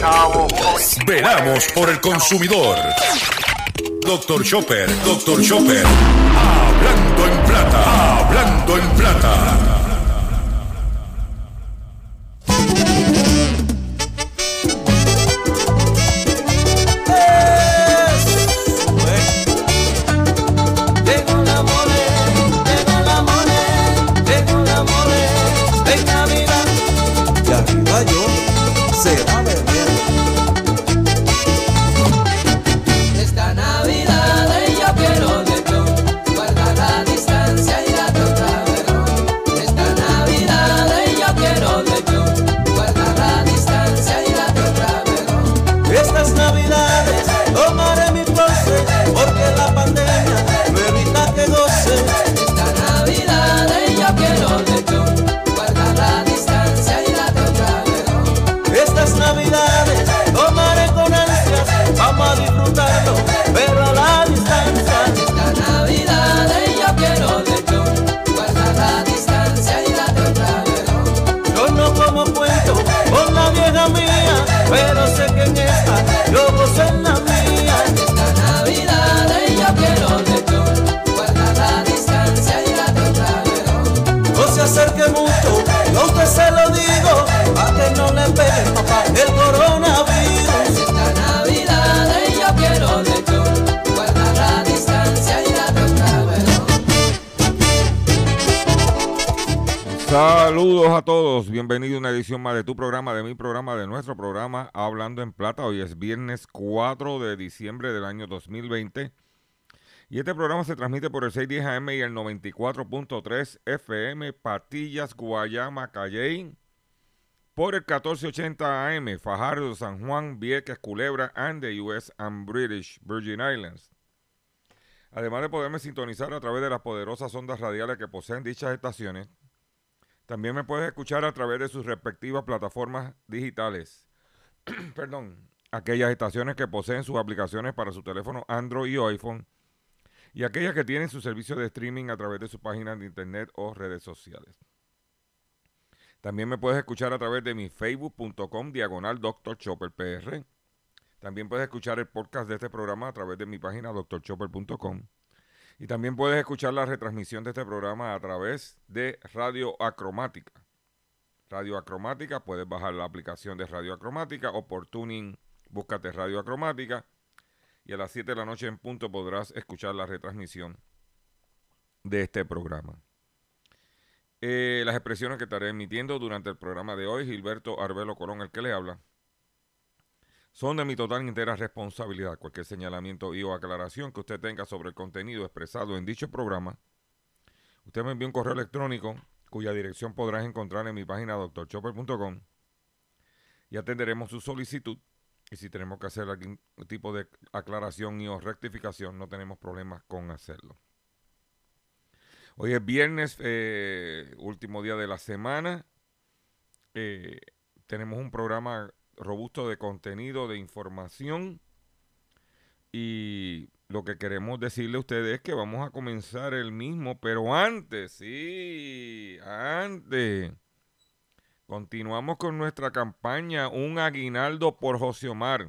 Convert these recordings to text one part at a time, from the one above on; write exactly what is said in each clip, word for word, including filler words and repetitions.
chavo. Velamos por el consumidor. Doctor Chopper, Doctor Chopper. Hablando en plata, hablando en plata. Pero sé que en esta yo gozo en la mía. Esta Navidad yo quiero de yo guardar la distancia y la otra verón. No se acerque mucho, yo a usted se lo digo, a que no le pegue papá el coronavirus. Esta Navidad yo quiero de yo guardar la distancia y la otra verón. Saludos a todos, bienvenido a una edición más de tu programa, de mi programa, de nuestro programa Hablando en Plata. Hoy es viernes cuatro de diciembre del año dos mil veinte y este programa se transmite por el seiscientos diez A M y el noventa y cuatro punto tres F M, Patillas, Guayama, Calley, por el catorce ochenta A M, Fajardo, San Juan, Vieques, Culebra, and the U S and British Virgin Islands. Además de poderme sintonizar a través de las poderosas ondas radiales que poseen dichas estaciones, también me puedes escuchar a través de sus respectivas plataformas digitales. Perdón, aquellas estaciones que poseen sus aplicaciones para su teléfono Android y iPhone, y aquellas que tienen su servicio de streaming a través de sus páginas de internet o redes sociales. También me puedes escuchar a través de mi facebook punto com diagonal doctor chopper P R. También puedes escuchar el podcast de este programa a través de mi página doctor chopper punto com. Y también puedes escuchar la retransmisión de este programa a través de Radio Acromática. Radio Acromática, puedes bajar la aplicación de Radio Acromática o por tuning, búscate Radio Acromática y a las siete de la noche en punto podrás escuchar la retransmisión de este programa. Eh, las expresiones que estaré emitiendo durante el programa de hoy, Gilberto Arbelo Colón, el que le habla, son de mi total y entera responsabilidad. Cualquier señalamiento y o aclaración que usted tenga sobre el contenido expresado en dicho programa, usted me envía un correo electrónico cuya dirección podrás encontrar en mi página doctor chopper punto com y atenderemos su solicitud. Y si tenemos que hacer algún tipo de aclaración y o rectificación, no tenemos problemas con hacerlo. Hoy es viernes, eh, último día de la semana. Eh, tenemos un programa robusto de contenido, de información, y lo que queremos decirle a ustedes es que vamos a comenzar el mismo, pero antes, sí, antes, continuamos con nuestra campaña Un Aguinaldo por Josiomar.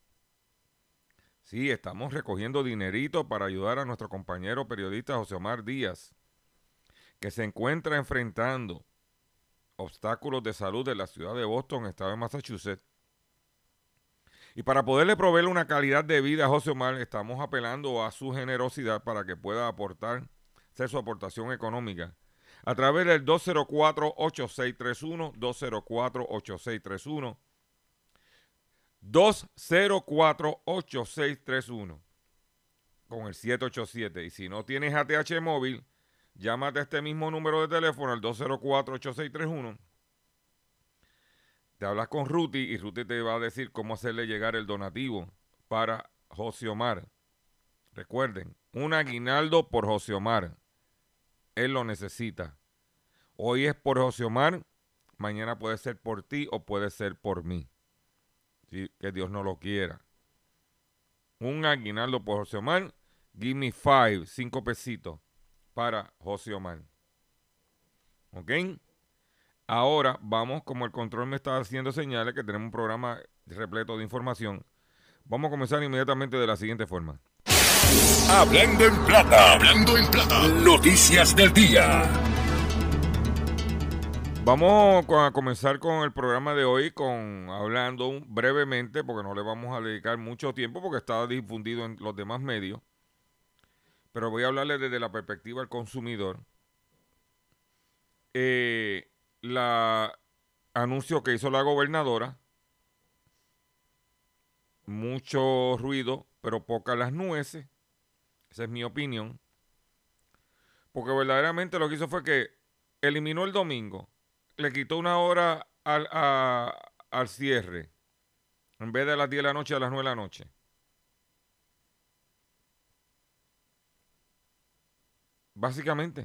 Sí, estamos recogiendo dinerito para ayudar a nuestro compañero periodista Josiomar Díaz, que se encuentra enfrentando obstáculos de salud en la ciudad de Boston, estado de Massachusetts. Y para poderle proveer una calidad de vida a Josiomar, estamos apelando a su generosidad para que pueda aportar, hacer su aportación económica a través del dos cero cuatro, ocho seis tres uno, dos cero cuatro, ocho seis tres uno, dos cero cuatro, ocho seis tres uno, con el siete ocho siete. Y si no tienes A T H móvil, llámate a este mismo número de teléfono, al dos cero cuatro, ocho seis tres uno. Te hablas con Ruti y Ruti te va a decir cómo hacerle llegar el donativo para Josiomar. Recuerden, un aguinaldo por Josiomar. Él lo necesita. Hoy es por Josiomar, mañana puede ser por ti o puede ser por mí. ¿Sí? Que Dios no lo quiera. Un aguinaldo por Josiomar. Give me five, cinco pesitos para Josiomar. ¿Ok? Ahora vamos, como el control me está haciendo señales, que tenemos un programa repleto de información. Vamos a comenzar inmediatamente de la siguiente forma. Hablando en plata, hablando en plata, noticias del día. Vamos a comenzar con el programa de hoy, con hablando brevemente, porque no le vamos a dedicar mucho tiempo, porque está difundido en los demás medios. Pero voy a hablarle desde la perspectiva del consumidor. Eh, la anuncio que hizo la gobernadora, mucho ruido, pero pocas las nueces. Esa es mi opinión. Porque verdaderamente lo que hizo fue que eliminó el domingo, le quitó una hora al, a, al cierre, en vez de a las diez de la noche a las nueve de la noche. Básicamente.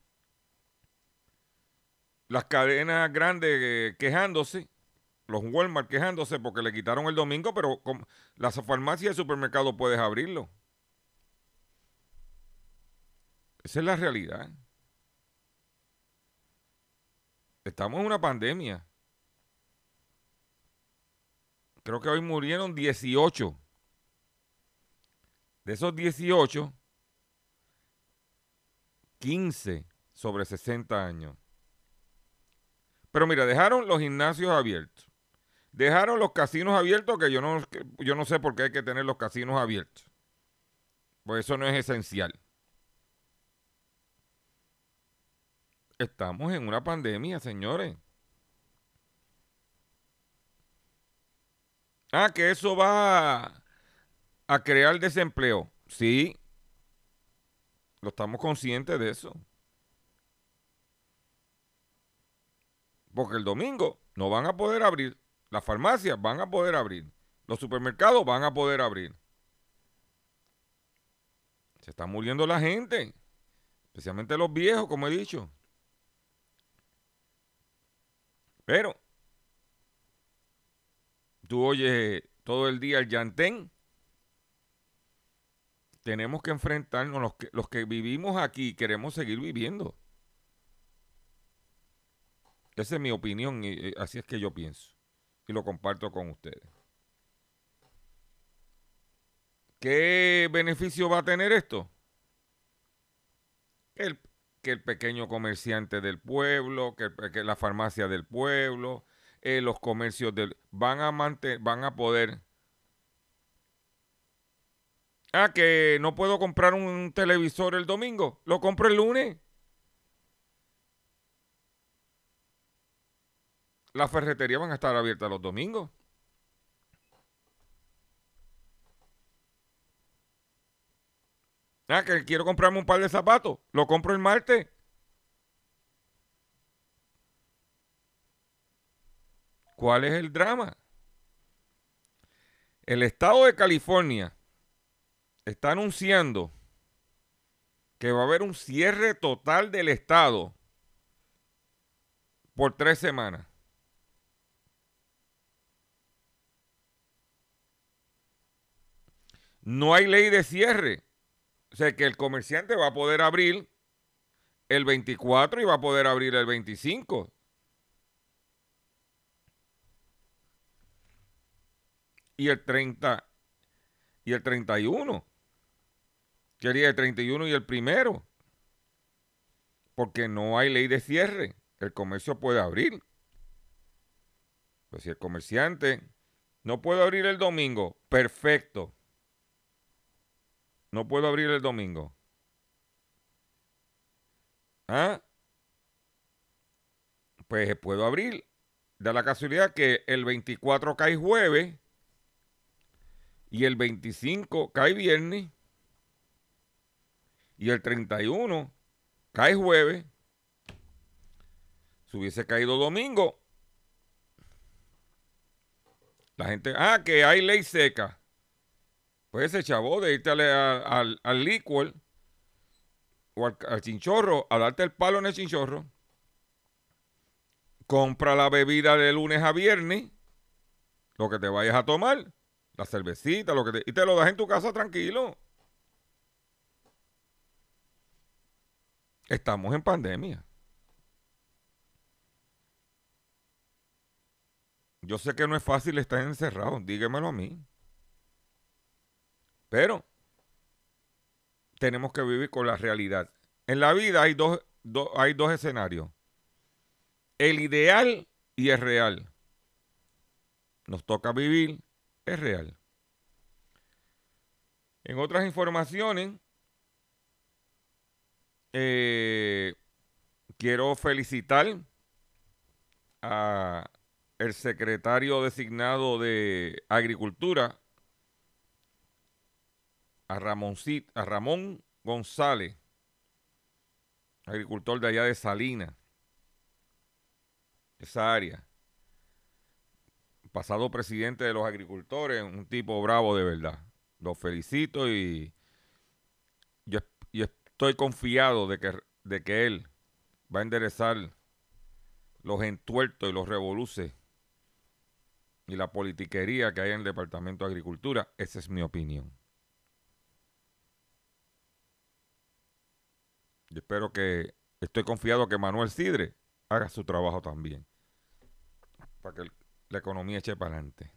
Las cadenas grandes eh, quejándose, los Walmart quejándose porque le quitaron el domingo, pero con las farmacias y el supermercado puedes abrirlo. Esa es la realidad. Estamos en una pandemia. Creo que hoy murieron dieciocho. De esos dieciocho, quince sobre sesenta años. Pero mira, dejaron los gimnasios abiertos. Dejaron los casinos abiertos, que yo no, que yo no sé por qué hay que tener los casinos abiertos. Pues eso no es esencial. Estamos en una pandemia, señores. Ah, que eso va a, a crear desempleo. Sí, lo estamos conscientes de eso. Porque el domingo no van a poder abrir. Las farmacias van a poder abrir. Los supermercados van a poder abrir. Se está muriendo la gente. Especialmente los viejos, como he dicho. Pero tú oyes todo el día el llantén. Tenemos que enfrentarnos, los que, los que vivimos aquí, queremos seguir viviendo. Esa es mi opinión y así es que yo pienso. Y lo comparto con ustedes. ¿Qué beneficio va a tener esto? El, que el pequeño comerciante del pueblo, que, que la farmacia del pueblo, eh, los comercios del, van a mantener, van a poder. Ah, que no puedo comprar un televisor el domingo, lo compro el lunes. Las ferreterías van a estar abiertas los domingos. Ah, que quiero comprarme un par de zapatos, lo compro el martes. ¿Cuál es el drama? El estado de California está anunciando que va a haber un cierre total del estado por tres semanas. No hay ley de cierre. O sea que el comerciante va a poder abrir el veinticuatro y va a poder abrir el veinticinco. Y el treinta y el treinta y uno. Quería el treinta y uno y el primero. Porque no hay ley de cierre. El comercio puede abrir. Pues si el comerciante no puede abrir el domingo, perfecto. No puedo abrir el domingo. ¿Ah? Pues puedo abrir. Da la casualidad que el veinticuatro cae jueves y el veinticinco cae viernes y el treinta y uno cae jueves. Si hubiese caído domingo, la gente, ah, que hay ley seca. Pues ese chavo de irte al, al, al liquor o al, al chinchorro, a darte el palo en el chinchorro, compra la bebida de lunes a viernes, lo que te vayas a tomar, la cervecita, lo que te, y te lo das en tu casa tranquilo. Estamos en pandemia. Yo sé que no es fácil estar encerrado, dígamelo a mí. Pero tenemos que vivir con la realidad. En la vida hay dos, do- hay dos escenarios. El ideal y el real. Nos toca vivir el real. En otras informaciones, eh, quiero felicitar a el secretario designado de Agricultura, a, Ramoncit- a Ramón González, agricultor de allá de Salinas, esa área. Pasado presidente de los agricultores, un tipo bravo de verdad. Lo felicito y yo, yo estoy confiado de que, de que él va a enderezar los entuertos y los revoluces y la politiquería que hay en el Departamento de Agricultura. Esa es mi opinión. Yo espero que, estoy confiado que Manuel Sidre haga su trabajo también, para que el- la economía eche para adelante.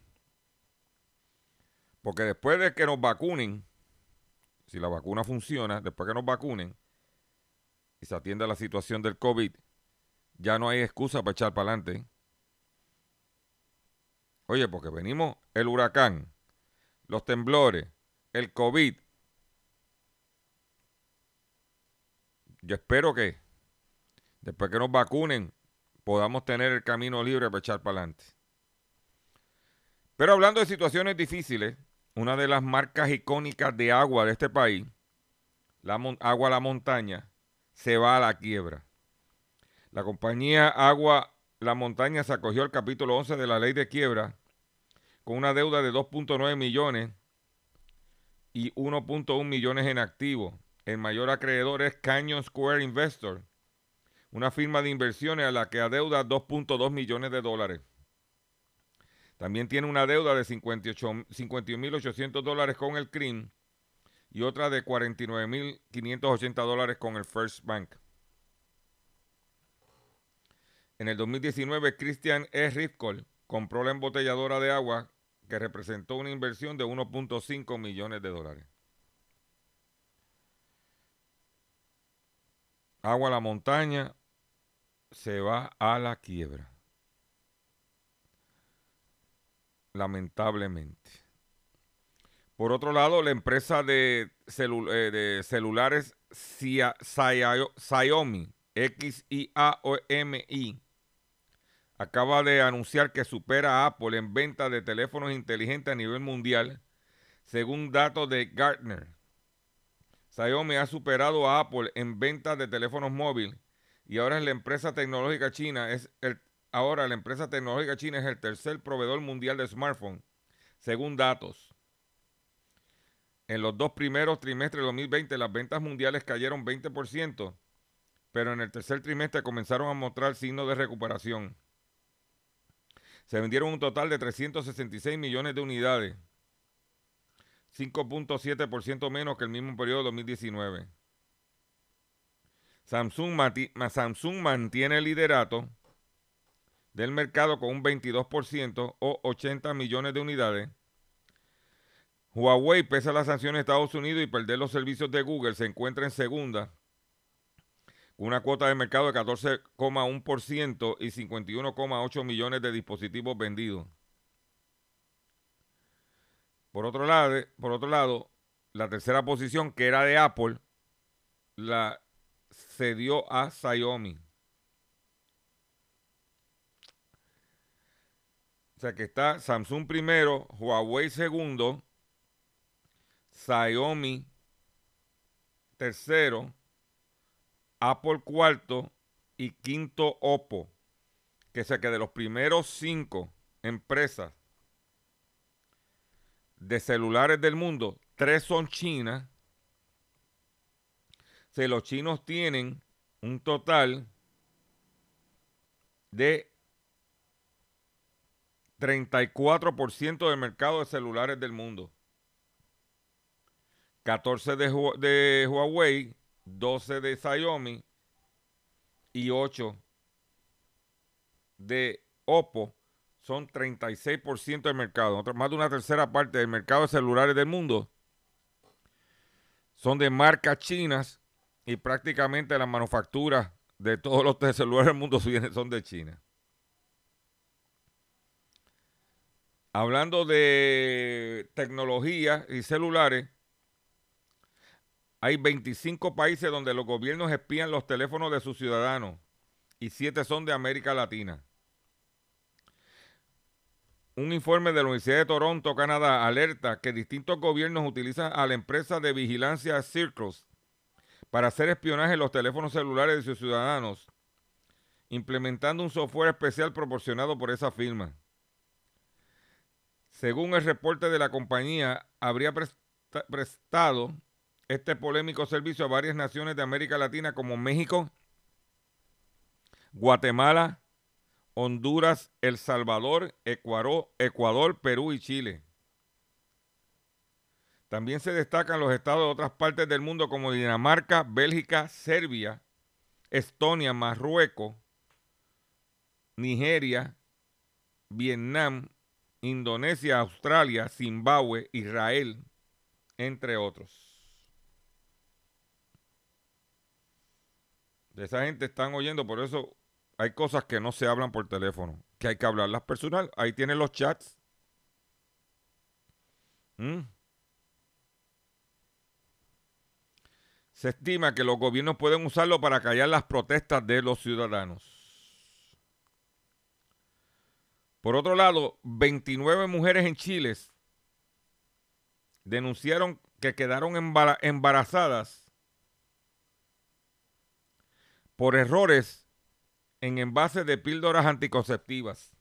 Porque después de que nos vacunen, si la vacuna funciona, después que nos vacunen y se atienda la situación del COVID, ya no hay excusa para echar para adelante. Oye, porque venimos el huracán, los temblores, el COVID. Yo espero que después que nos vacunen podamos tener el camino libre para echar para adelante. Pero hablando de situaciones difíciles, una de las marcas icónicas de agua de este país, la Mon- Agua La Montaña, se va a la quiebra. La compañía Agua La Montaña se acogió al capítulo once de la ley de quiebra con una deuda de dos punto nueve millones y uno punto uno millones en activos. El mayor acreedor es Canyon Square Investor, una firma de inversiones a la que adeuda dos punto dos millones de dólares. También tiene una deuda de cincuenta y un mil ochocientos dólares con el C R I M y otra de cuarenta y nueve mil quinientos ochenta dólares con el First Bank. En el dos mil diecinueve, Christian E. Rifkol compró la embotelladora de agua que representó una inversión de uno punto cinco millones de dólares. Agua La Montaña se va a la quiebra. Lamentablemente. Por otro lado, la empresa de, celu eh, de celulares Xia Xiao Xiaomi, X I A O M I, acaba de anunciar que supera a Apple en venta de teléfonos inteligentes a nivel mundial, según datos de Gartner. Xiaomi ha superado a Apple en ventas de teléfonos móviles y ahora es la empresa tecnológica china es el, ahora la empresa tecnológica china es el tercer proveedor mundial de smartphones, según datos. En los dos primeros trimestres de dos mil veinte las ventas mundiales cayeron veinte por ciento, pero en el tercer trimestre comenzaron a mostrar signos de recuperación. Se vendieron un total de trescientos sesenta y seis millones de unidades, cinco punto siete por ciento menos que el mismo periodo de dos mil diecinueve. Samsung, Samsung mantiene el liderato del mercado con un veintidós por ciento o ochenta millones de unidades. Huawei, pese a las sanciones de Estados Unidos y perder los servicios de Google, se encuentra en segunda con una cuota de mercado de catorce coma uno por ciento y cincuenta y uno coma ocho millones de dispositivos vendidos. Por otro lado, por otro lado, la tercera posición, que era de Apple, la cedió a Xiaomi. O sea que está Samsung primero, Huawei segundo, Xiaomi tercero, Apple cuarto y quinto Oppo. Que sea que de los primeros cinco empresas de celulares del mundo, tres son chinas. O sea, los chinos tienen un total de treinta y cuatro por ciento del mercado de celulares del mundo. catorce de, de Huawei, doce de Xiaomi y ocho de Oppo son treinta y seis por ciento del mercado. Otra- más de una tercera parte del mercado de celulares del mundo son de marcas chinas y prácticamente las manufacturas de todos los de celulares del mundo son de China. Hablando de tecnología y celulares, hay veinticinco países donde los gobiernos espían los teléfonos de sus ciudadanos y siete son de América Latina. Un informe de la Universidad de Toronto, Canadá, alerta que distintos gobiernos utilizan a la empresa de vigilancia Circles para hacer espionaje en los teléfonos celulares de sus ciudadanos, implementando un software especial proporcionado por esa firma. Según el reporte de la compañía, habría presta- prestado este polémico servicio a varias naciones de América Latina como México, Guatemala, Honduras, El Salvador, Ecuador, Ecuador, Perú y Chile. También se destacan los estados de otras partes del mundo como Dinamarca, Bélgica, Serbia, Estonia, Marruecos, Nigeria, Vietnam, Indonesia, Australia, Zimbabue, Israel, entre otros. De esa gente están oyendo, por eso hay cosas que no se hablan por teléfono, que hay que hablarlas personal. Ahí tienen los chats. ¿Mm? Se estima que los gobiernos pueden usarlo para callar las protestas de los ciudadanos. Por otro lado, veintinueve mujeres en Chile denunciaron que quedaron embara- embarazadas por errores en envases de píldoras anticonceptivas.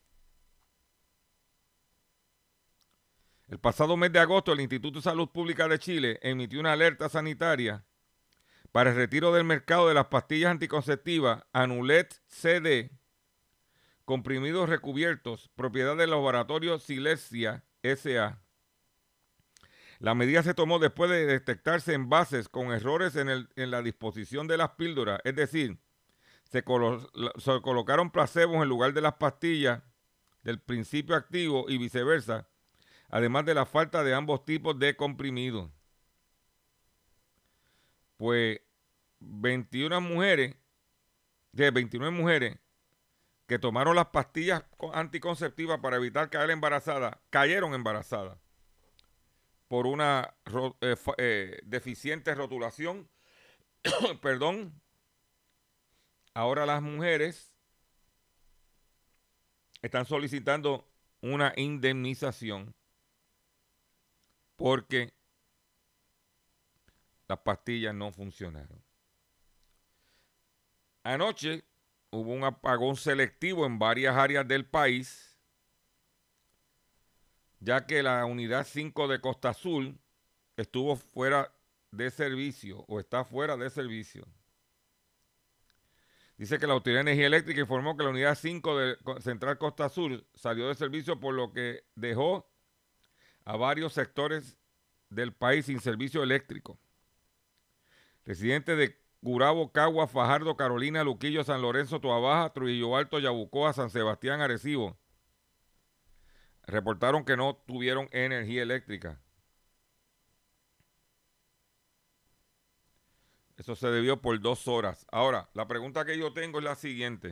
El pasado mes de agosto, el Instituto de Salud Pública de Chile emitió una alerta sanitaria para el retiro del mercado de las pastillas anticonceptivas Anulet C D, comprimidos recubiertos, propiedad del laboratorio Silesia S A La medida se tomó después de detectarse envases con errores en, el, en la disposición de las píldoras, es decir, se, colo se colocaron placebos en lugar de las pastillas del principio activo y viceversa, además de la falta de ambos tipos de comprimidos. Pues veintiuna mujeres, de veintinueve mujeres que tomaron las pastillas anticonceptivas para evitar caer embarazadas, cayeron embarazadas por una eh, eh, deficiente rotulación, perdón. Ahora las mujeres están solicitando una indemnización porque las pastillas no funcionaron. Anoche hubo un apagón selectivo en varias áreas del país, ya que la unidad cinco de Costa Azul estuvo fuera de servicio o está fuera de servicio. Dice que la Autoridad de Energía Eléctrica informó que la unidad cinco de Central Costa Azul salió de servicio, por lo que dejó a varios sectores del país sin servicio eléctrico. Residentes de Gurabo, Cagua, Fajardo, Carolina, Luquillo, San Lorenzo, Toabaja, Trujillo Alto, Yabucoa, San Sebastián, Arecibo reportaron que no tuvieron energía eléctrica. Eso se debió por dos horas. Ahora, la pregunta que yo tengo es la siguiente.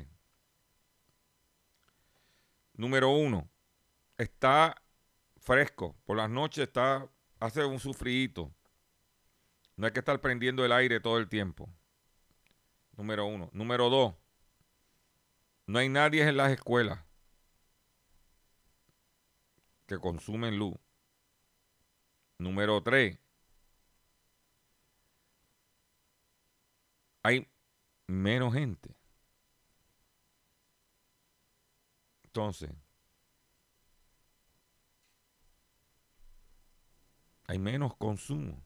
Número uno, está fresco. Por las noches está, hace un sufriito. No hay que estar prendiendo el aire todo el tiempo. Número uno. Número dos, no hay nadie en las escuelas que consumen luz. Número tres, hay menos gente. Entonces, hay menos consumo.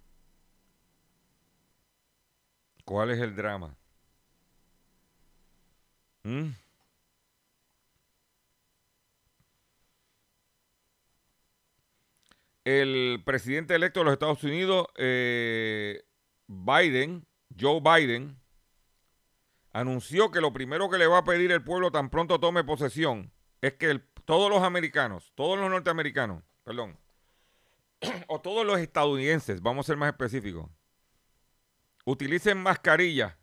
¿Cuál es el drama? ¿Mm? El presidente electo de los Estados Unidos, eh, Biden, Joe Biden, anunció que lo primero que le va a pedir el pueblo tan pronto tome posesión es que el todos los americanos, todos los norteamericanos, perdón, o todos los estadounidenses, vamos a ser más específicos, utilicen mascarilla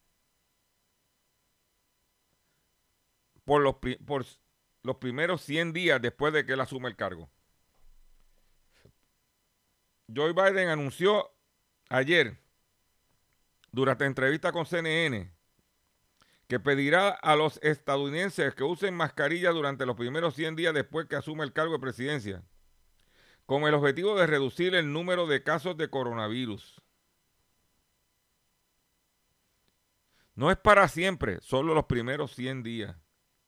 por los, por los primeros cien días después de que él asume el cargo. Joe Biden anunció ayer, durante entrevista con C N N, que pedirá a los estadounidenses que usen mascarilla durante los primeros cien días después que asume el cargo de presidencia, con el objetivo de reducir el número de casos de coronavirus. No es para siempre, solo los primeros cien días.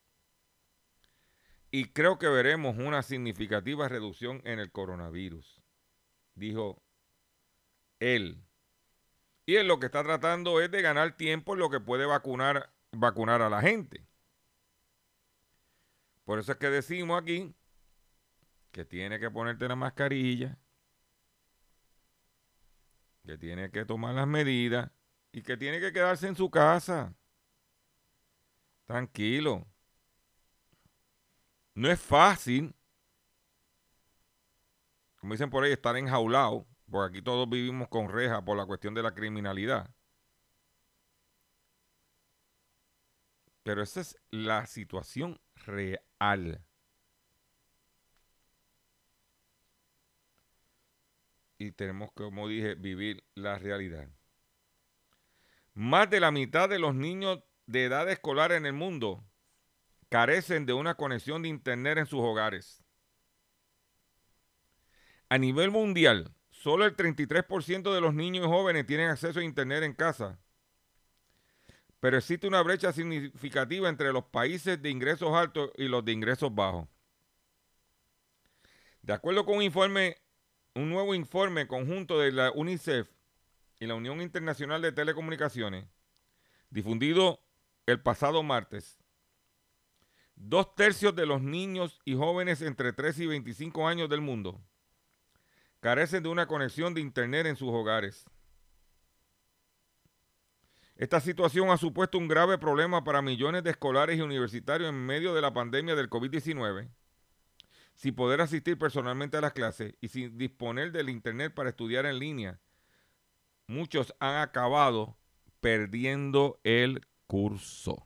Y creo que veremos una significativa reducción en el coronavirus, dijo él. Y él lo que está tratando es de ganar tiempo en lo que puede vacunar, vacunar a la gente. Por eso es que decimos aquí que tiene que ponerte la mascarilla, que tiene que tomar las medidas y que tiene que quedarse en su casa. Tranquilo. No es fácil, como dicen por ahí, estar enjaulado, porque aquí todos vivimos con reja por la cuestión de la criminalidad. Pero esa es la situación real. Y tenemos que, como dije, vivir la realidad. Más de la mitad de los niños de edad escolar en el mundo carecen de una conexión de internet en sus hogares. A nivel mundial, solo el treinta y tres por ciento de los niños y jóvenes tienen acceso a internet en casa. Pero existe una brecha significativa entre los países de ingresos altos y los de ingresos bajos. De acuerdo con un informe, un nuevo informe conjunto de la UNICEF y la Unión Internacional de Telecomunicaciones, difundido el pasado martes, dos tercios de los niños y jóvenes entre trece y veinticinco años del mundo carecen de una conexión de internet en sus hogares. Esta situación ha supuesto un grave problema para millones de escolares y universitarios en medio de la pandemia del COVID diecinueve, sin poder asistir personalmente a las clases y sin disponer del internet para estudiar en línea. Muchos han acabado perdiendo el curso.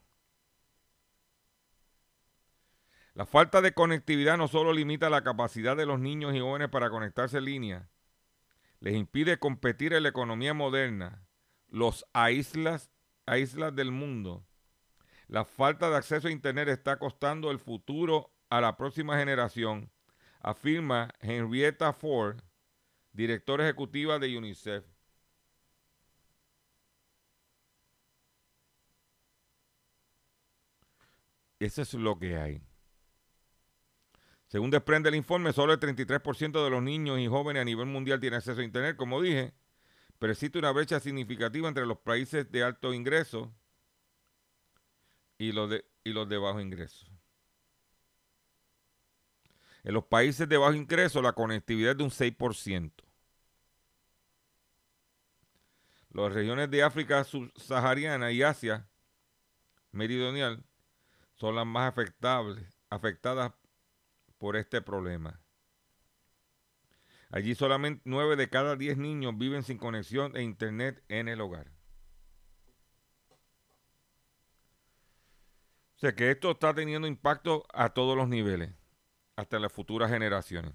La falta de conectividad no solo limita la capacidad de los niños y jóvenes para conectarse en línea, les impide competir en la economía moderna, los aíslas, aíslas del mundo. La falta de acceso a internet está costando el futuro a la próxima generación, afirma Henrietta Ford, directora ejecutiva de UNICEF. Eso es lo que hay. Según desprende el informe, solo el treinta y tres por ciento de los niños y jóvenes a nivel mundial tienen acceso a internet, como dije, pero existe una brecha significativa entre los países de alto ingreso y los de, y los de bajo ingreso. En los países de bajo ingreso la conectividad es de un seis por ciento. Las regiones de África subsahariana y Asia meridional son las más afectables, afectadas por este problema. Allí solamente nueve de cada diez niños viven sin conexión e internet en el hogar. O sea que esto está teniendo impacto a todos los niveles, hasta las futuras generaciones.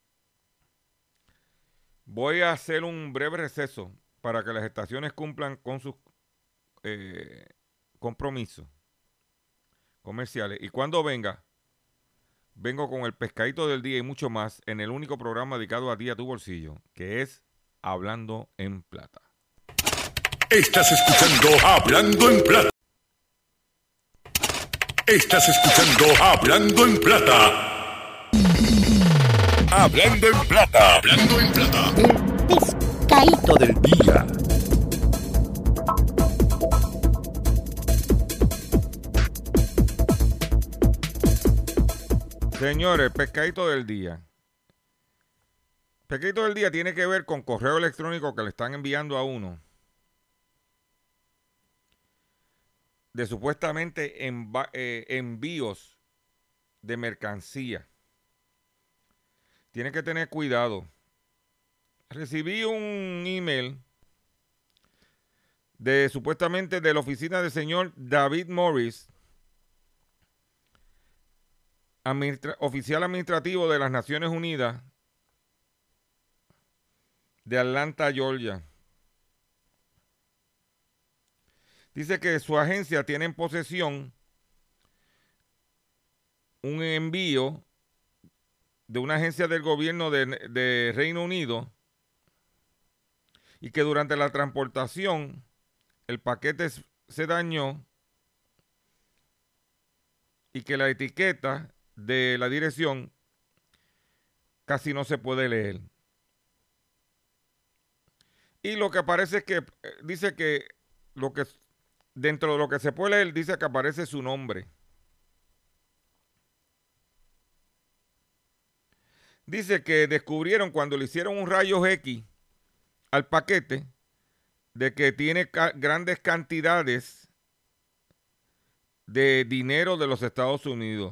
Voy a hacer un breve receso para que las estaciones cumplan con sus eh, compromisos comerciales. Y cuando venga, vengo con el pescadito del día y mucho más en el único programa dedicado a ti, a tu bolsillo, que es Hablando en Plata. Estás escuchando Hablando en Plata. Estás escuchando Hablando en Plata. Hablando en Plata. Hablando en Plata. El pescadito del día. Señores, pescadito del día. Pescadito del día tiene que ver con correo electrónico que le están enviando a uno de supuestamente enva- eh, envíos de mercancía. Tiene que tener cuidado. Recibí un email de supuestamente de la oficina del señor David Morris, administra- oficial administrativo de las Naciones Unidas de Atlanta, Georgia. Dice que su agencia tiene en posesión un envío de una agencia del gobierno de, de Reino Unido y que durante la transportación el paquete se dañó y que la etiqueta de la dirección casi no se puede leer. Y lo que aparece es que dice que lo que dentro de lo que se puede leer dice que aparece su nombre. Dice que descubrieron cuando le hicieron un rayos X al paquete de que tiene ca- grandes cantidades de dinero de los Estados Unidos.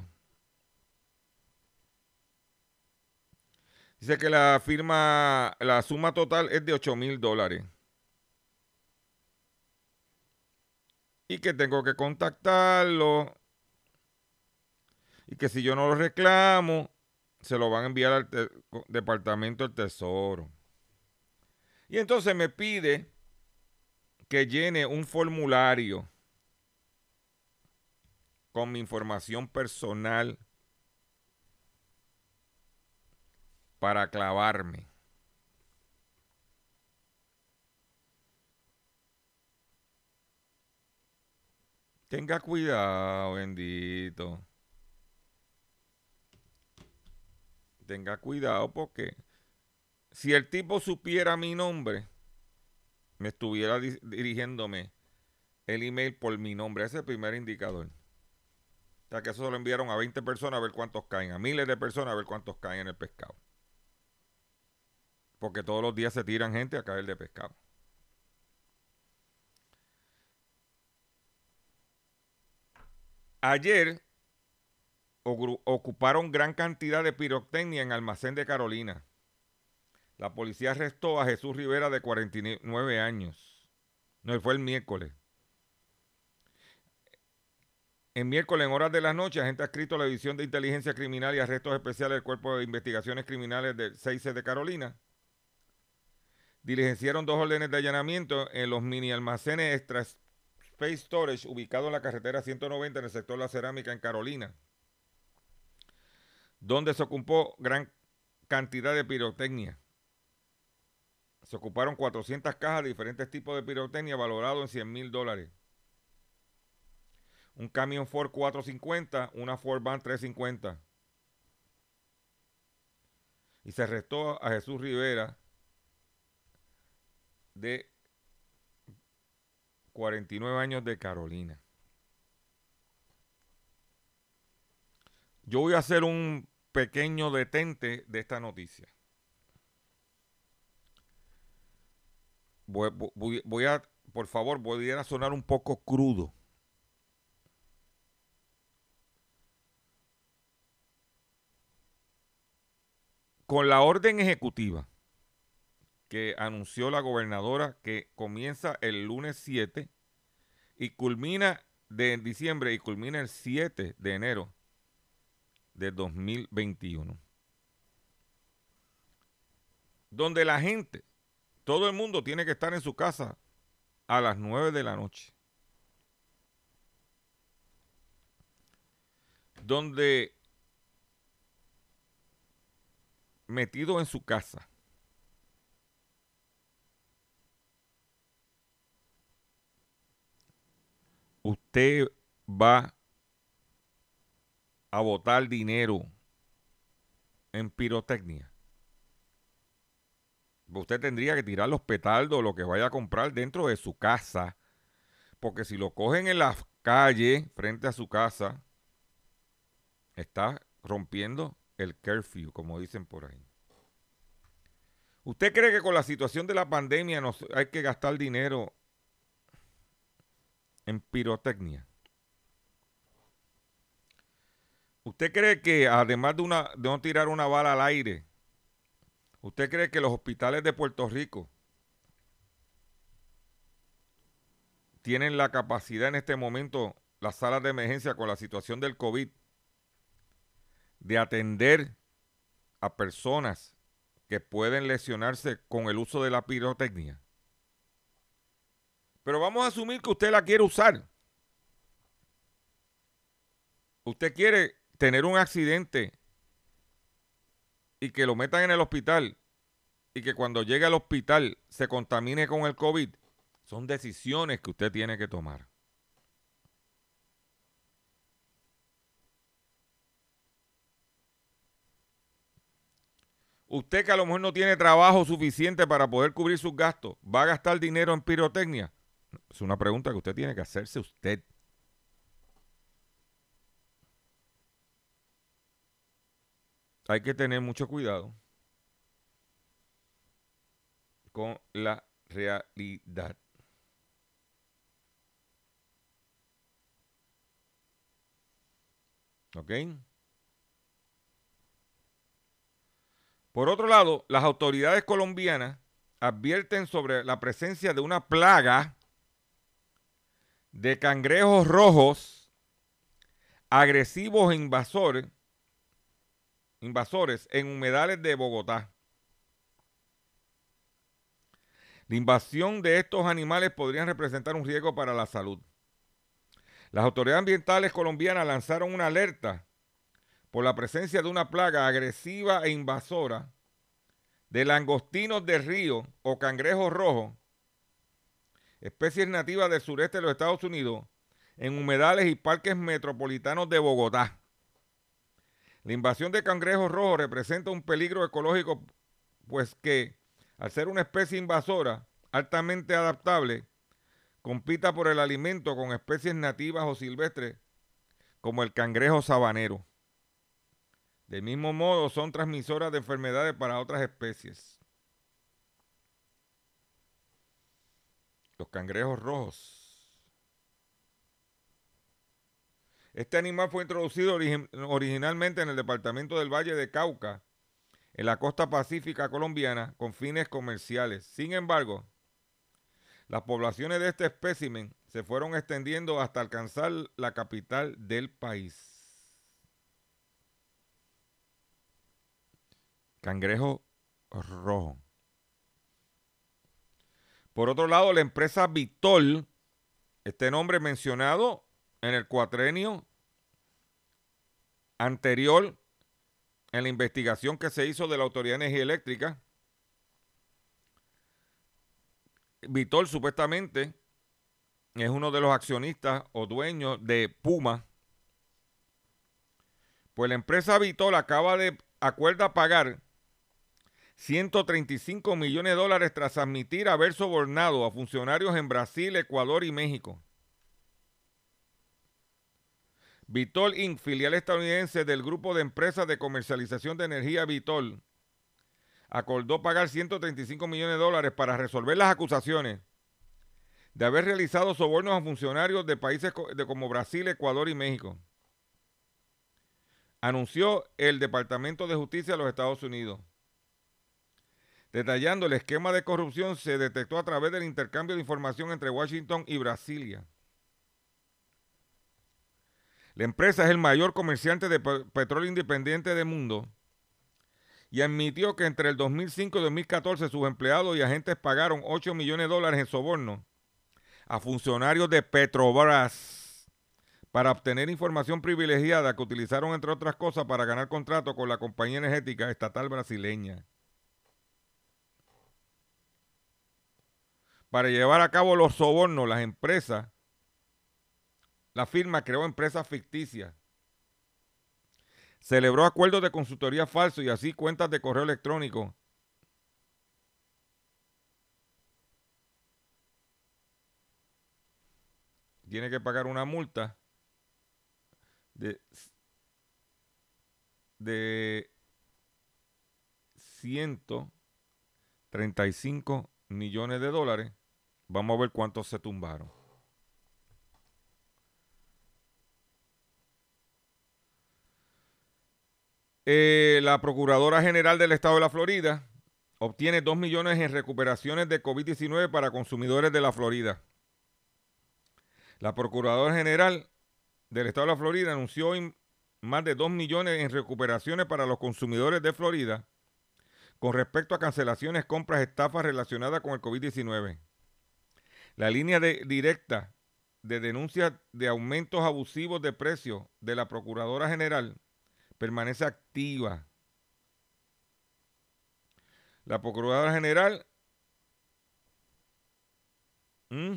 Dice que la firma, la suma total es de ocho mil dólares. Y que tengo que contactarlo. Y que si yo no lo reclamo, se lo van a enviar al te- Departamento del Tesoro. Y entonces me pide que llene un formulario con mi información personal para clavarme. Tenga cuidado, bendito. Tenga cuidado porque si el tipo supiera mi nombre, me estuviera di- dirigiéndome el email por mi nombre. Ese es el primer indicador. O sea que eso se lo enviaron a veinte personas a ver cuántos caen, a miles de personas a ver cuántos caen en el pescado. Porque todos los días se tiran gente a caer de pescado. Ayer ogru- ocuparon gran cantidad de pirotecnia en almacén de Carolina. La policía arrestó a Jesús Rivera de cuarenta y nueve años. No, fue el miércoles. El miércoles, en horas de la noche, agente adscrito a la División de Inteligencia Criminal y Arrestos Especiales del Cuerpo de Investigaciones Criminales del seis C de Carolina diligenciaron dos órdenes de allanamiento en los mini almacenes Extra Space Storage ubicados en la carretera ciento noventa en el sector La Cerámica en Carolina, donde se ocupó gran cantidad de pirotecnia. Se ocuparon cuatrocientas cajas de diferentes tipos de pirotecnia valorado en cien mil dólares. Un camión Ford cuatrocientos cincuenta, una Ford Van trescientos cincuenta. Y se arrestó a Jesús Rivera de cuarenta y nueve años de Carolina. Yo voy a hacer un pequeño detente de esta noticia. Voy, voy, voy a, por favor, voy a sonar un poco crudo. Con la orden ejecutiva que anunció la gobernadora que comienza el lunes siete y culmina de diciembre y culmina el siete de enero de dos mil veintiuno. Donde la gente, todo el mundo tiene que estar en su casa a las nueve de la noche. Donde metido en su casa, usted va a botar dinero en pirotecnia. Usted tendría que tirar los petardos o lo que vaya a comprar dentro de su casa, porque si lo cogen en la calle frente a su casa, está rompiendo el curfew, como dicen por ahí. ¿Usted cree que con la situación de la pandemia nos hay que gastar dinero en pirotecnia? ¿Usted cree que además de, una, de no tirar una bala al aire, usted cree que los hospitales de Puerto Rico tienen la capacidad en este momento, las salas de emergencia con la situación del COVID, de atender a personas que pueden lesionarse con el uso de la pirotecnia? Pero vamos a asumir que usted la quiere usar. Usted quiere tener un accidente y que lo metan en el hospital y que cuando llegue al hospital se contamine con el COVID. Son decisiones que usted tiene que tomar. Usted que a lo mejor no tiene trabajo suficiente para poder cubrir sus gastos, ¿va a gastar dinero en pirotecnia? Es una pregunta que usted tiene que hacerse usted. Hay que tener mucho cuidado con la realidad. ¿Ok? Por otro lado, las autoridades colombianas advierten sobre la presencia de una plaga de cangrejos rojos agresivos e invasores, invasores en humedales de Bogotá. La invasión de estos animales podría representar un riesgo para la salud. Las autoridades ambientales colombianas lanzaron una alerta por la presencia de una plaga agresiva e invasora de langostinos de río o cangrejos rojos, especies nativas del sureste de los Estados Unidos, en humedales y parques metropolitanos de Bogotá. La invasión de cangrejos rojos representa un peligro ecológico, pues que, al ser una especie invasora altamente adaptable, compita por el alimento con especies nativas o silvestres como el cangrejo sabanero. Del mismo modo, son transmisoras de enfermedades para otras especies. Los cangrejos rojos. Este animal fue introducido origi- originalmente en el departamento del Valle de Cauca, en la costa pacífica colombiana, con fines comerciales. Sin embargo, las poblaciones de este espécimen se fueron extendiendo hasta alcanzar la capital del país. Cangrejo rojo. Por otro lado, la empresa Vitol, este nombre mencionado en el cuatrenio anterior en la investigación que se hizo de la Autoridad de Energía Eléctrica, Vitol supuestamente es uno de los accionistas o dueños de Puma. Pues la empresa Vitol acaba de acuerda pagar ciento treinta y cinco millones de dólares tras admitir haber sobornado a funcionarios en Brasil, Ecuador y México. Vitol incorporated, filial estadounidense del grupo de empresas de comercialización de energía Vitol, acordó pagar ciento treinta y cinco millones de dólares para resolver las acusaciones de haber realizado sobornos a funcionarios de países de como Brasil, Ecuador y México, anunció el Departamento de Justicia de los Estados Unidos. Detallando el esquema de corrupción se detectó a través del intercambio de información entre Washington y Brasilia. La empresa es el mayor comerciante de pe- petróleo independiente del mundo y admitió que entre el dos mil cinco y dos mil catorce sus empleados y agentes pagaron ocho millones de dólares en soborno a funcionarios de Petrobras para obtener información privilegiada que utilizaron, entre otras cosas, para ganar contratos con la compañía energética estatal brasileña. Para llevar a cabo los sobornos, las empresas, la firma creó empresas ficticias, celebró acuerdos de consultoría falsos y así cuentas de correo electrónico. Tiene que pagar una multa de, de ciento treinta y cinco millones de dólares. Vamos a ver cuántos se tumbaron. Eh, la Procuradora General del Estado de la Florida obtiene dos millones en recuperaciones de COVID diecinueve para consumidores de la Florida. La Procuradora General del Estado de la Florida anunció hoy más de dos millones en recuperaciones para los consumidores de Florida con respecto a cancelaciones, compras, estafas relacionadas con el COVID diecinueve. La línea de, directa de denuncias de aumentos abusivos de precios de la Procuradora General permanece activa. La Procuradora General ¿Mm?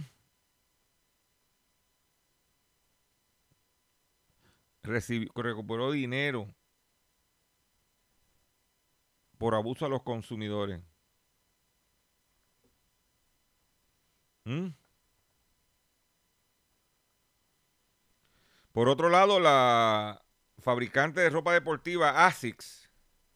recibió, recuperó dinero por abuso a los consumidores. ¿Mm? Por otro lado, la fabricante de ropa deportiva Asics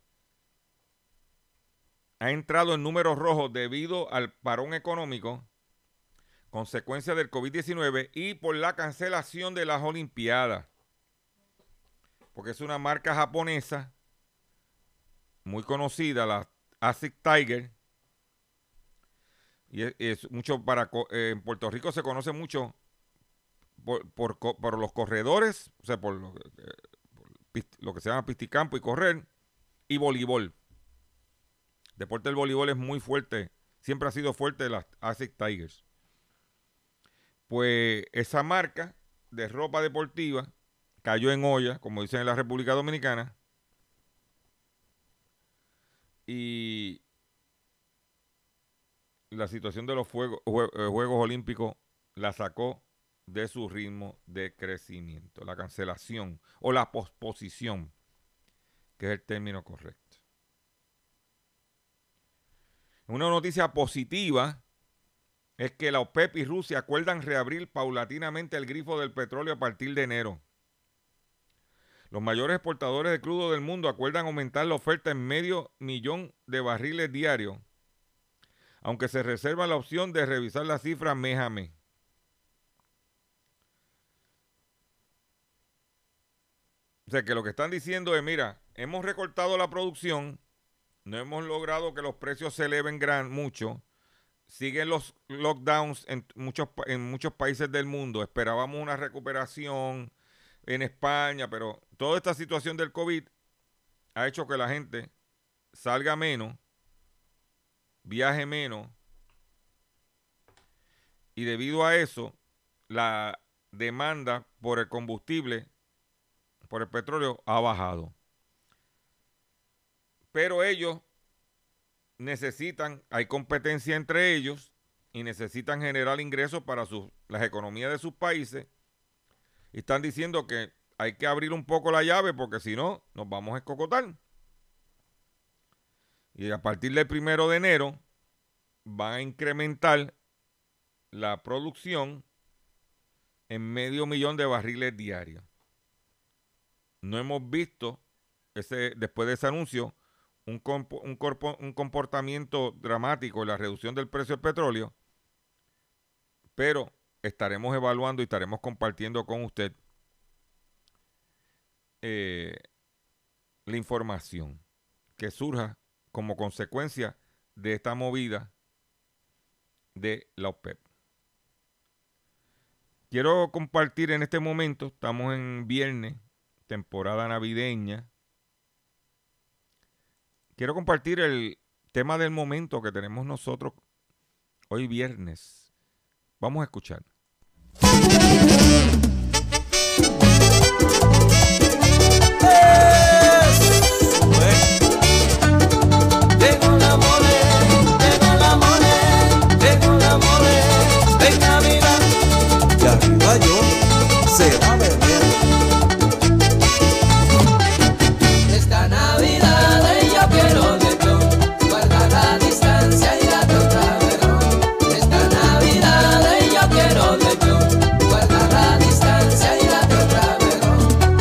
ha entrado en números rojos debido al parón económico, consecuencia del COVID diecinueve y por la cancelación de las Olimpiadas. Porque es una marca japonesa muy conocida, la Asics Tiger. Y es, es mucho para eh, en Puerto Rico se conoce mucho por, por, por los corredores, o sea, por lo, eh, por lo que se llama pisticampo y correr, y voleibol. El deporte del voleibol es muy fuerte, siempre ha sido fuerte de las Asics Tigers. Pues esa marca de ropa deportiva cayó en olla, como dicen en la República Dominicana, y la situación de los Juegos, Juegos Olímpicos la sacó de su ritmo de crecimiento, la cancelación o la posposición, que es el término correcto. Una noticia positiva es que la OPEP y Rusia acuerdan reabrir paulatinamente el grifo del petróleo a partir de enero. Los mayores exportadores de crudo del mundo acuerdan aumentar la oferta en medio millón de barriles diarios, aunque se reserva la opción de revisar la cifra mes a mes. O sea que lo que están diciendo es, mira, hemos recortado la producción, no hemos logrado que los precios se eleven gran, mucho, siguen los lockdowns en muchos, en muchos países del mundo, esperábamos una recuperación en España, pero toda esta situación del COVID ha hecho que la gente salga menos, viaje menos, y debido a eso, la demanda por el combustible, por el petróleo, ha bajado. Pero ellos necesitan, hay competencia entre ellos, y necesitan generar ingresos para sus, las economías de sus países, y están diciendo que hay que abrir un poco la llave porque si no, nos vamos a escocotar. Y a partir del primero de enero van a incrementar la producción en medio millón de barriles diarios. No hemos visto ese, después de ese anuncio un, comp un, corpo un comportamiento dramático en la reducción del precio del petróleo, pero estaremos evaluando y estaremos compartiendo con usted eh, la información que surja como consecuencia de esta movida de la OPEP. Quiero compartir en este momento, estamos en viernes, temporada navideña. Quiero compartir el tema del momento que tenemos nosotros hoy viernes. Vamos a escuchar. Llegó la mole, llegó la mole, llegó la mole, ven Navidad. Y arriba yo, se va a beber. Esta Navidad yo quiero de todo, guarda la distancia y date otra vez. Esta Navidad yo quiero de todo, guarda la distancia y date otra vez.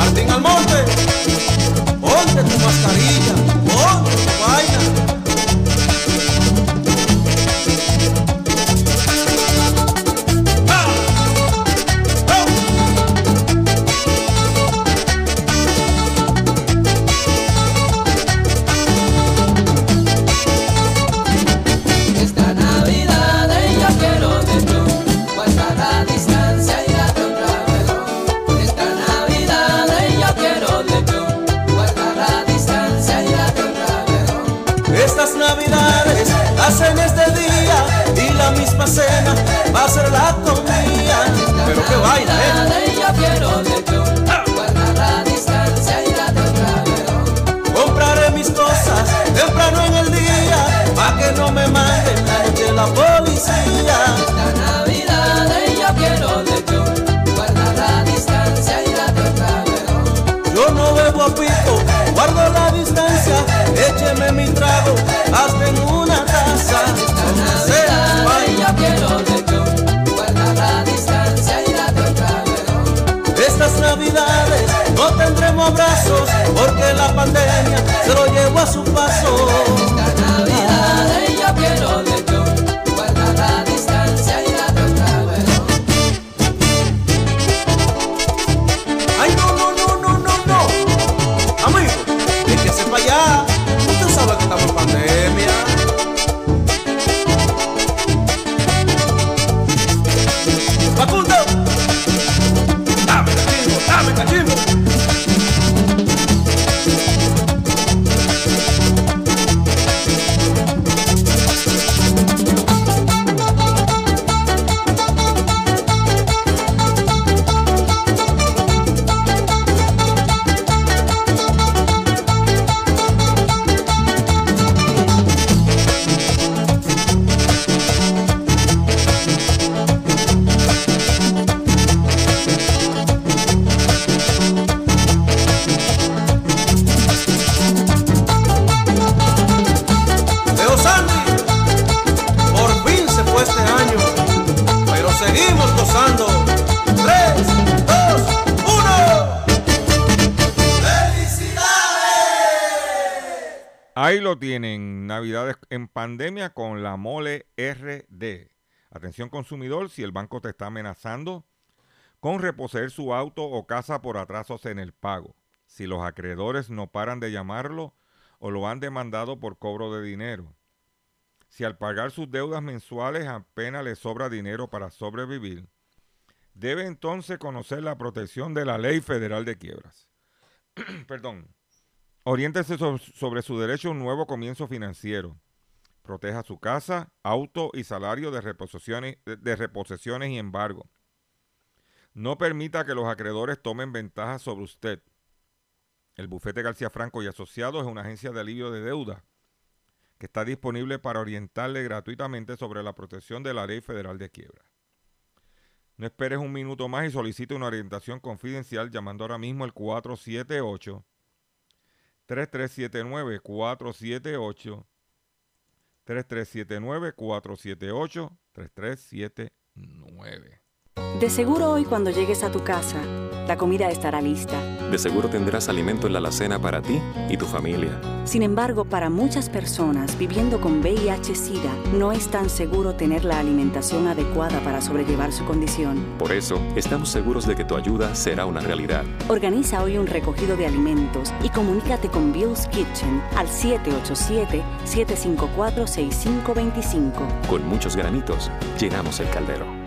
Martín Almonte, ponte tu mascarilla, ponte tu vaina. En este día y la misma cena va a ser la comida. Pero qué vaina, ¿eh? Yo quiero lechón, guarda la distancia y date otra vez. Compraré mis cosas temprano en el día pa' que no me manden la noche la policía. Esta Navidad yo quiero lechón, guarda la distancia y date otra vez. Yo no bebo a pico, guardo la distancia, écheme mi trago, hasta en una taza. Donde sea, yo quiero lechón, guarda la distancia y date otra vez. Estas navidades no tendremos abrazos, porque la pandemia se lo llevó a su paso. Esta Navidad yo quiero lechón, guarda la distancia y date otra vez. Ay, no, no, no, no, no, no. Amigo, hay que sepa ya. Usted sabe que estamos en pandemia. Facundo, dame cachimbo, dame cachimbo. Seguimos gozando. Tres, dos, uno. ¡Felicidades! Ahí lo tienen, Navidades en pandemia con la Mole R D. Atención consumidor, si el banco te está amenazando con reposeer su auto o casa por atrasos en el pago, si los acreedores no paran de llamarlo o lo han demandado por cobro de dinero, si al pagar sus deudas mensuales apenas le sobra dinero para sobrevivir, debe entonces conocer la protección de la Ley Federal de Quiebras. Perdón. Oriéntese so- sobre su derecho a un nuevo comienzo financiero. Proteja su casa, auto y salario de reposiciones, de, de reposiciones y embargo. No permita que los acreedores tomen ventaja sobre usted. El Bufete García Franco y Asociados es una agencia de alivio de deuda que está disponible para orientarle gratuitamente sobre la protección de la Ley Federal de Quiebra. No esperes un minuto más y solicite una orientación confidencial llamando ahora mismo al cuatro siete ocho, tres tres siete nueve, cuatro siete ocho, tres tres siete nueve, cuatro siete ocho, tres tres siete nueve. De seguro hoy cuando llegues a tu casa, la comida estará lista. De seguro tendrás alimento en la alacena para ti y tu familia. Sin embargo, para muchas personas viviendo con V I H SIDA, no es tan seguro tener la alimentación adecuada para sobrellevar su condición. Por eso, estamos seguros de que tu ayuda será una realidad. Organiza hoy un recogido de alimentos y comunícate con Bill's Kitchen al siete ocho siete, siete cinco cuatro, seis cinco dos cinco. Con muchos granitos, llenamos el caldero.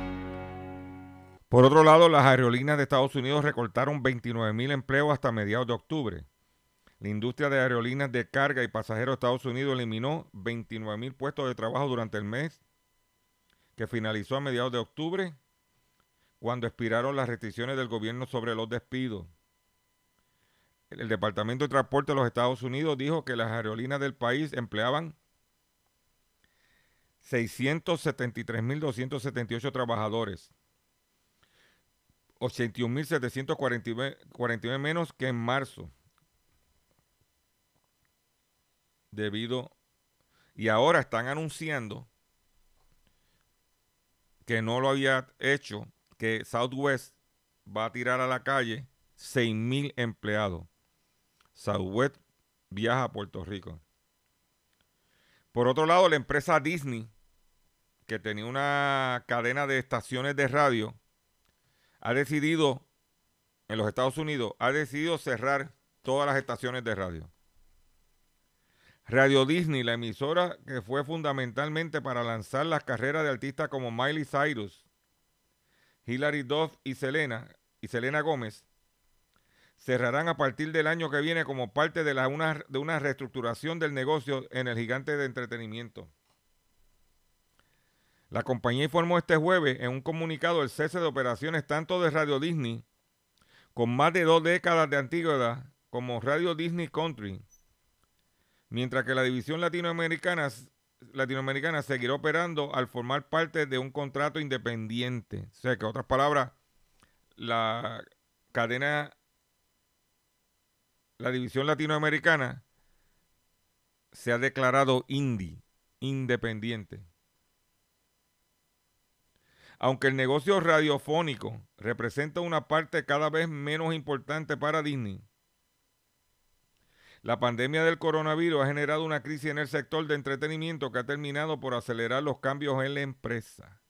Por otro lado, las aerolíneas de Estados Unidos recortaron veintinueve mil empleos hasta mediados de octubre. La industria de aerolíneas de carga y pasajeros de Estados Unidos eliminó veintinueve mil puestos de trabajo durante el mes que finalizó a mediados de octubre, cuando expiraron las restricciones del gobierno sobre los despidos. El Departamento de Transporte de los Estados Unidos dijo que las aerolíneas del país empleaban seiscientos setenta y tres mil doscientos setenta y ocho trabajadores, ochenta y un mil setecientos cuarenta y nueve menos que en marzo, debido, y ahora están anunciando que no lo había hecho, que Southwest va a tirar a la calle seis mil empleados. Southwest viaja a Puerto Rico. Por otro lado, la empresa Disney, que tenía una cadena de estaciones de radio, ha decidido, en los Estados Unidos, ha decidido cerrar todas las estaciones de radio. Radio Disney, la emisora que fue fundamentalmente para lanzar las carreras de artistas como Miley Cyrus, Hilary Duff y Selena, y Selena Gómez, cerrarán a partir del año que viene como parte de, la, una, de una reestructuración del negocio en el gigante de entretenimiento. La compañía informó este jueves en un comunicado el cese de operaciones tanto de Radio Disney, con más de dos décadas de antigüedad, como Radio Disney Country, mientras que la división latinoamericana, latinoamericana seguirá operando al formar parte de un contrato independiente. O sea, que en otras palabras, la cadena, la división latinoamericana se ha declarado indie, independiente. Aunque el negocio radiofónico representa una parte cada vez menos importante para Disney, la pandemia del coronavirus ha generado una crisis en el sector de entretenimiento que ha terminado por acelerar los cambios en la empresa.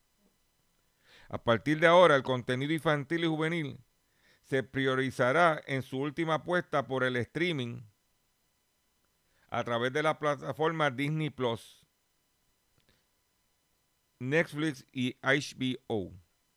A partir de ahora, el contenido infantil y juvenil se priorizará en su última apuesta por el streaming a través de la plataforma Disney Plus, Netflix y H B O.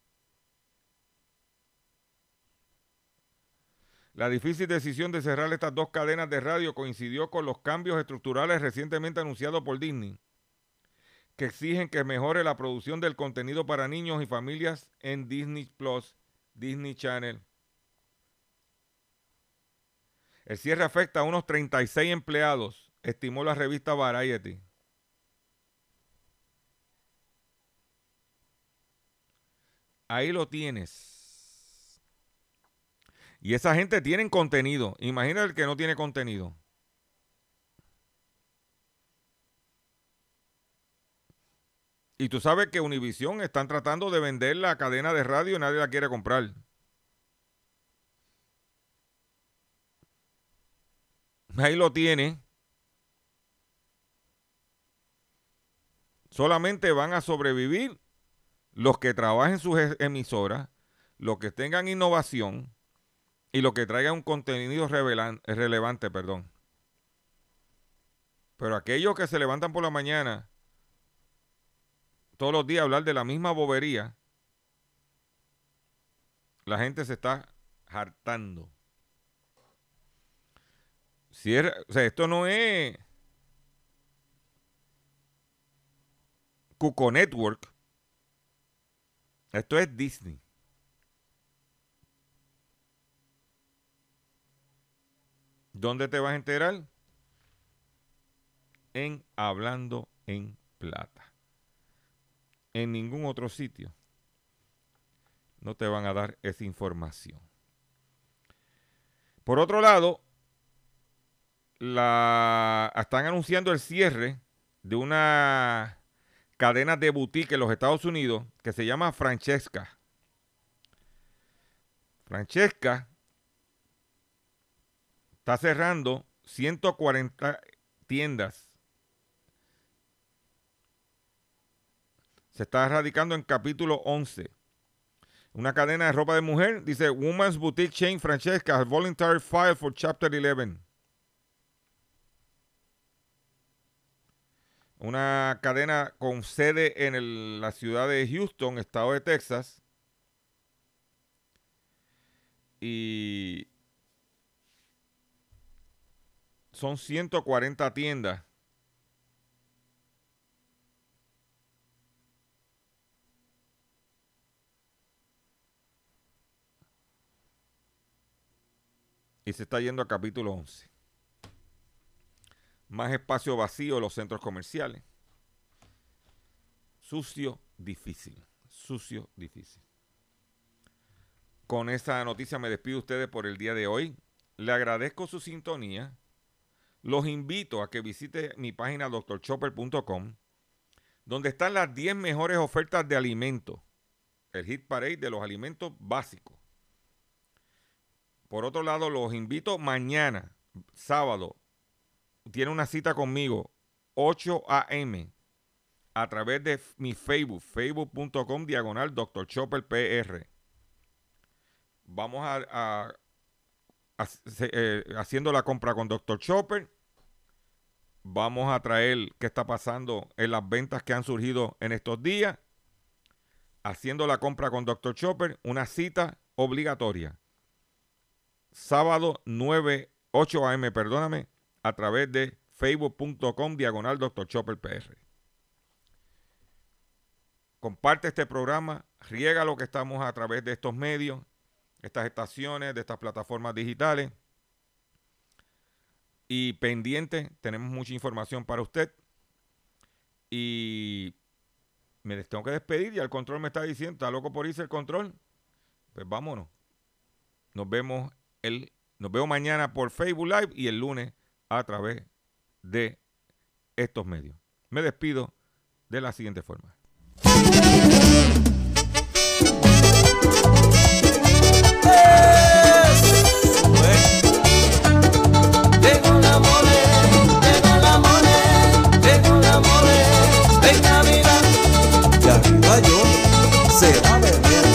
La difícil decisión de cerrar estas dos cadenas de radio coincidió con los cambios estructurales recientemente anunciados por Disney, que exigen que mejore la producción del contenido para niños y familias en Disney Plus, Disney Channel. El cierre afecta a unos treinta y seis empleados, estimó la revista Variety. Ahí lo tienes. Y esa gente tiene contenido. Imagina el que no tiene contenido. Y tú sabes que Univision están tratando de vender la cadena de radio y nadie la quiere comprar. Ahí lo tiene. Solamente van a sobrevivir los que trabajen sus emisoras, los que tengan innovación y los que traigan un contenido revelan, relevante, perdón. Pero aquellos que se levantan por la mañana todos los días a hablar de la misma bobería, la gente se está hartando. Si es, o sea, esto no es Cuco Network. Esto es Disney. ¿Dónde te vas a enterar? En Hablando en Plata. En ningún otro sitio no te van a dar esa información. Por otro lado, la, están anunciando el cierre de una cadena de boutique en los Estados Unidos que se llama Francesca. Francesca está cerrando ciento cuarenta tiendas. Se está radicando en capítulo once. Una cadena de ropa de mujer, dice Women's Boutique Chain Francesca has voluntary filed for Chapter eleven. Una cadena con sede en el, la ciudad de Houston, estado de Texas. Y son ciento cuarenta tiendas. Y se está yendo a capítulo once. Más espacio vacío en los centros comerciales. Sucio, difícil. Sucio, difícil. Con esa noticia me despido de ustedes por el día de hoy. Le agradezco su sintonía. Los invito a que visite mi página doctor chopper punto com, donde están las diez mejores ofertas de alimentos. El hit parade de los alimentos básicos. Por otro lado, los invito mañana, sábado, tiene una cita conmigo, ocho a eme, a través de mi Facebook, facebook punto com diagonal doctor Chopper P R. Vamos a, a, a eh, haciendo la compra con doctor Chopper. Vamos a traer qué está pasando en las ventas que han surgido en estos días. Haciendo la compra con doctor Chopper, una cita obligatoria. Sábado nueve, ocho a eme, perdóname, a través de facebook punto com diagonal doctor Chopper P R. Comparte este programa, riega lo que estamos a través de estos medios, estas estaciones, de estas plataformas digitales. Y pendiente, tenemos mucha información para usted. Y me les tengo que despedir, y el control me está diciendo, ¿está loco por irse el control? Pues vámonos. Nos vemos, el, nos vemos mañana por Facebook Live y el lunes a través de estos medios. Me despido de la siguiente forma. Tengo la mole, tengo la mole, tengo la mole, en Navidad. Y arriba yo se va a beber.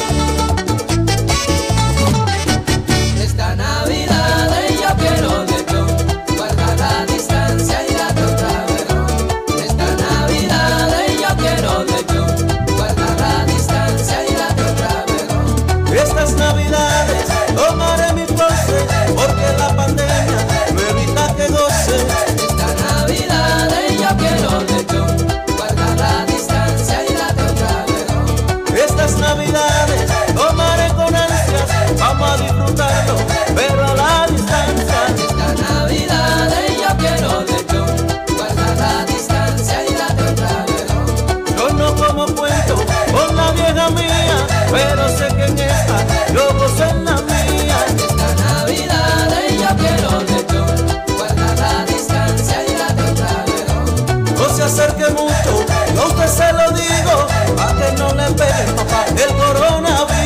Esta Navidad yo quiero lechón, guarda la distancia y date otra verón. Esta Navidad yo quiero lechón, guarda la distancia y date otra verón. Estas navidades tomaré mi pose, porque la pandemia no evita que goce. Esta Navidad yo quiero lechón, guarda la distancia y date otra verón. Estas navidades tomaré con ansias, vamos a disfrutarlo, pero a la distancia. Esta Navidad yo quiero lechón, guarda la distancia y date otra verón. Yo no como cuento con la vieja mía, pero sé que en esta yo gozo en la mía. Esta Navidad yo quiero lechón, guarda la distancia y date otra verón. No se acerque mucho, yo a usted se lo digo, para que no le pegue, papá, el coronavirus.